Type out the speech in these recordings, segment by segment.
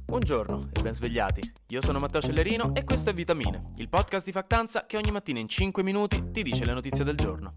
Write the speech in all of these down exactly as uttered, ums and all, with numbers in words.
Buongiorno e ben svegliati, io sono Matteo Cellerino e questo è Vitamine, il podcast di Factanza che ogni mattina in cinque minuti ti dice le notizie del giorno.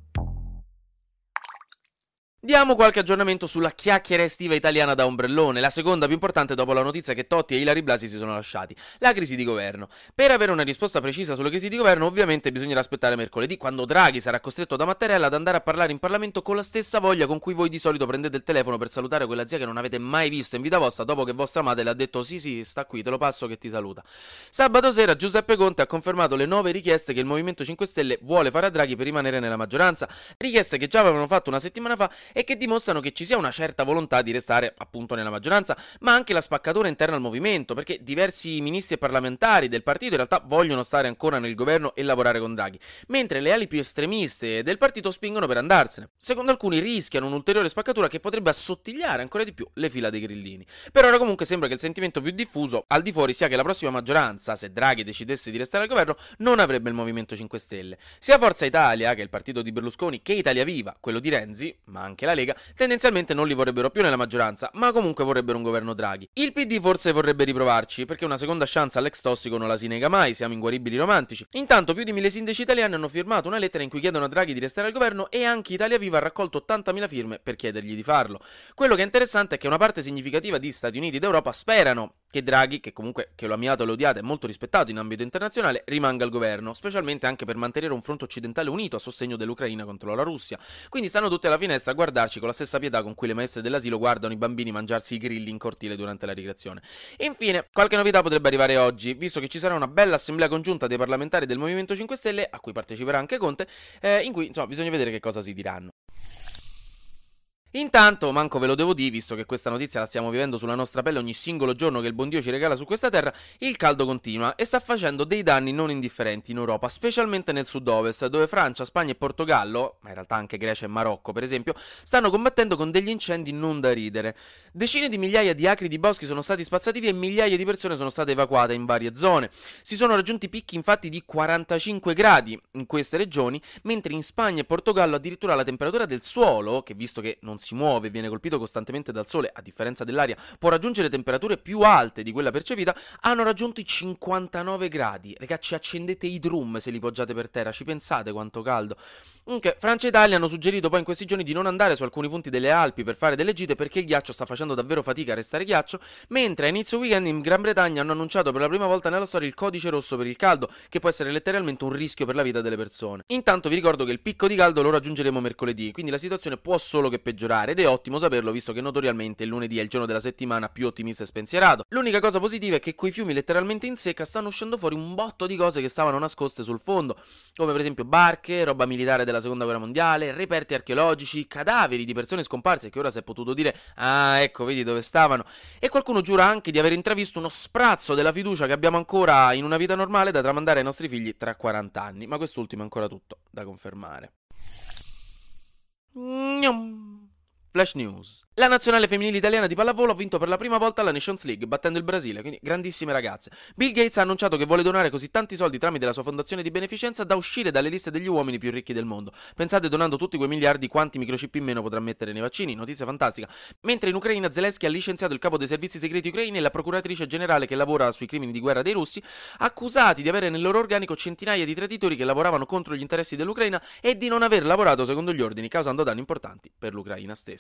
Diamo qualche aggiornamento sulla chiacchiera estiva italiana da ombrellone, la seconda più importante dopo la notizia che Totti e Ilary Blasi si sono lasciati, la crisi di governo. Per avere una risposta precisa sulla crisi di governo ovviamente bisognerà aspettare mercoledì, quando Draghi sarà costretto da Mattarella ad andare a parlare in Parlamento con la stessa voglia con cui voi di solito prendete il telefono per salutare quella zia che non avete mai visto in vita vostra dopo che vostra madre le ha detto sì sì sta qui, te lo passo che ti saluta. Sabato sera Giuseppe Conte ha confermato le nove richieste che il Movimento cinque Stelle vuole fare a Draghi per rimanere nella maggioranza, richieste che già avevano fatto una settimana fa e che dimostrano che ci sia una certa volontà di restare appunto nella maggioranza, ma anche la spaccatura interna al movimento, perché diversi ministri e parlamentari del partito in realtà vogliono stare ancora nel governo e lavorare con Draghi, mentre le ali più estremiste del partito spingono per andarsene. Secondo alcuni rischiano un'ulteriore spaccatura che potrebbe assottigliare ancora di più le fila dei grillini. Per ora comunque sembra che il sentimento più diffuso al di fuori sia che la prossima maggioranza, se Draghi decidesse di restare al governo, non avrebbe il Movimento cinque Stelle. Sia Forza Italia, che è il partito di Berlusconi, che Italia Viva, quello di Renzi, ma anche la Lega, tendenzialmente non li vorrebbero più nella maggioranza, ma comunque vorrebbero un governo Draghi. Il P D forse vorrebbe riprovarci, perché una seconda chance all'ex tossico non la si nega mai, siamo inguaribili romantici. Intanto più di mille sindaci italiani hanno firmato una lettera in cui chiedono a Draghi di restare al governo e anche Italia Viva ha raccolto ottantamila firme per chiedergli di farlo. Quello che è interessante è che una parte significativa di Stati Uniti ed Europa sperano che Draghi, che comunque che lo amiato e lo odiato è molto rispettato in ambito internazionale, rimanga al governo, specialmente anche per mantenere un fronte occidentale unito a sostegno dell'Ucraina contro la Russia. Quindi stanno tutti alla finestra a guardarci con la stessa pietà con cui le maestre dell'asilo guardano i bambini mangiarsi i grilli in cortile durante la ricreazione. E infine, qualche novità potrebbe arrivare oggi, visto che ci sarà una bella assemblea congiunta dei parlamentari del Movimento cinque Stelle, a cui parteciperà anche Conte, eh, in cui insomma bisogna vedere che cosa si diranno. Intanto, manco ve lo devo dire, visto che questa notizia la stiamo vivendo sulla nostra pelle ogni singolo giorno che il buon Dio ci regala su questa terra, il caldo continua e sta facendo dei danni non indifferenti in Europa, specialmente nel sud-ovest, dove Francia, Spagna e Portogallo, ma in realtà anche Grecia e Marocco per esempio, stanno combattendo con degli incendi non da ridere. Decine di migliaia di acri di boschi sono stati spazzati via e migliaia di persone sono state evacuate in varie zone. Si sono raggiunti picchi infatti di quarantacinque gradi in queste regioni, mentre in Spagna e Portogallo addirittura la temperatura del suolo, che visto che non si muove e viene colpito costantemente dal sole, a differenza dell'aria, può raggiungere temperature più alte di quella percepita, hanno raggiunto i cinquantanove gradi. Raga, ci accendete i drum se li poggiate per terra, ci pensate quanto caldo? Comunque, Francia e Italia hanno suggerito poi in questi giorni di non andare su alcuni punti delle Alpi per fare delle gite perché il ghiaccio sta facendo davvero fatica a restare ghiaccio, mentre a inizio weekend in Gran Bretagna hanno annunciato per la prima volta nella storia il codice rosso per il caldo, che può essere letteralmente un rischio per la vita delle persone. Intanto vi ricordo che il picco di caldo lo raggiungeremo mercoledì, quindi la situazione può solo che peggiorare, ed è ottimo saperlo visto che notoriamente il lunedì è il giorno della settimana più ottimista e spensierato. L'unica cosa positiva è che coi fiumi letteralmente in secca stanno uscendo fuori un botto di cose che stavano nascoste sul fondo, come per esempio barche, roba militare della seconda guerra mondiale, reperti archeologici, cadaveri di persone scomparse che ora si è potuto dire ah ecco vedi dove stavano, e qualcuno giura anche di aver intravisto uno sprazzo della fiducia che abbiamo ancora in una vita normale da tramandare ai nostri figli tra quaranta anni, ma quest'ultimo è ancora tutto da confermare. Flash News. La nazionale femminile italiana di pallavolo ha vinto per la prima volta la Nations League battendo il Brasile, quindi grandissime ragazze. Bill Gates ha annunciato che vuole donare così tanti soldi tramite la sua fondazione di beneficenza da uscire dalle liste degli uomini più ricchi del mondo. Pensate, donando tutti quei miliardi quanti microchip in meno potrà mettere nei vaccini, notizia fantastica. Mentre in Ucraina Zelensky ha licenziato il capo dei servizi segreti ucraini e la procuratrice generale che lavora sui crimini di guerra dei russi, accusati di avere nel loro organico centinaia di traditori che lavoravano contro gli interessi dell'Ucraina e di non aver lavorato secondo gli ordini, causando danni importanti per l'Ucraina stessa.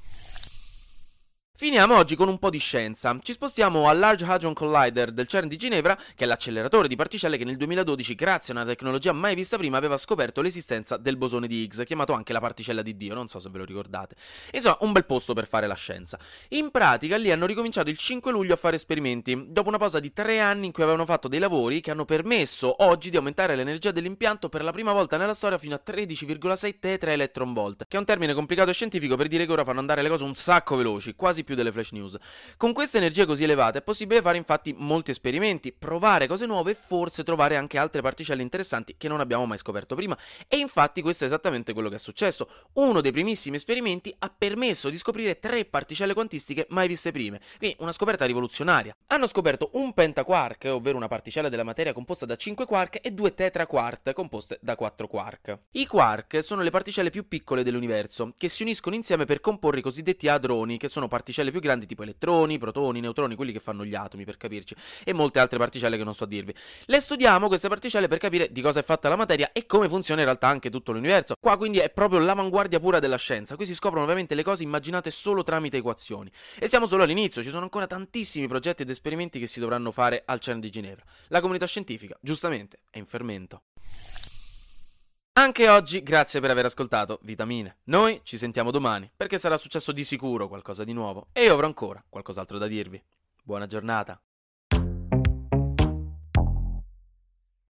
Finiamo oggi con un po' di scienza. Ci spostiamo al Large Hadron Collider del CERN di Ginevra, che è l'acceleratore di particelle che nel duemiladodici, grazie a una tecnologia mai vista prima, aveva scoperto l'esistenza del bosone di Higgs, chiamato anche la particella di Dio, non so se ve lo ricordate. Insomma, un bel posto per fare la scienza. In pratica, lì hanno ricominciato il cinque luglio a fare esperimenti, dopo una pausa di tre anni in cui avevano fatto dei lavori che hanno permesso oggi di aumentare l'energia dell'impianto per la prima volta nella storia fino a tredici virgola sei tetra electron volt, che è un termine complicato e scientifico per dire che ora fanno andare le cose un sacco veloci, quasi più delle flash news. Con queste energie così elevate è possibile fare infatti molti esperimenti, provare cose nuove e forse trovare anche altre particelle interessanti che non abbiamo mai scoperto prima, e infatti questo è esattamente quello che è successo. Uno dei primissimi esperimenti ha permesso di scoprire tre particelle quantistiche mai viste prime, quindi una scoperta rivoluzionaria. Hanno scoperto un pentaquark, ovvero una particella della materia composta da cinque quark, e due tetraquark composte da quattro quark. I quark sono le particelle più piccole dell'universo, che si uniscono insieme per comporre i cosiddetti hadroni, che sono particelle particelle più grandi tipo elettroni, protoni, neutroni, quelli che fanno gli atomi per capirci, e molte altre particelle che non sto a dirvi. Le studiamo queste particelle per capire di cosa è fatta la materia e come funziona in realtà anche tutto l'universo. Qua quindi è proprio l'avanguardia pura della scienza, qui si scoprono ovviamente le cose immaginate solo tramite equazioni. E siamo solo all'inizio, ci sono ancora tantissimi progetti ed esperimenti che si dovranno fare al CERN di Ginevra. La comunità scientifica, giustamente, è in fermento. Anche oggi grazie per aver ascoltato Vitamine. Noi ci sentiamo domani, perché sarà successo di sicuro qualcosa di nuovo e io avrò ancora qualcos'altro da dirvi. Buona giornata.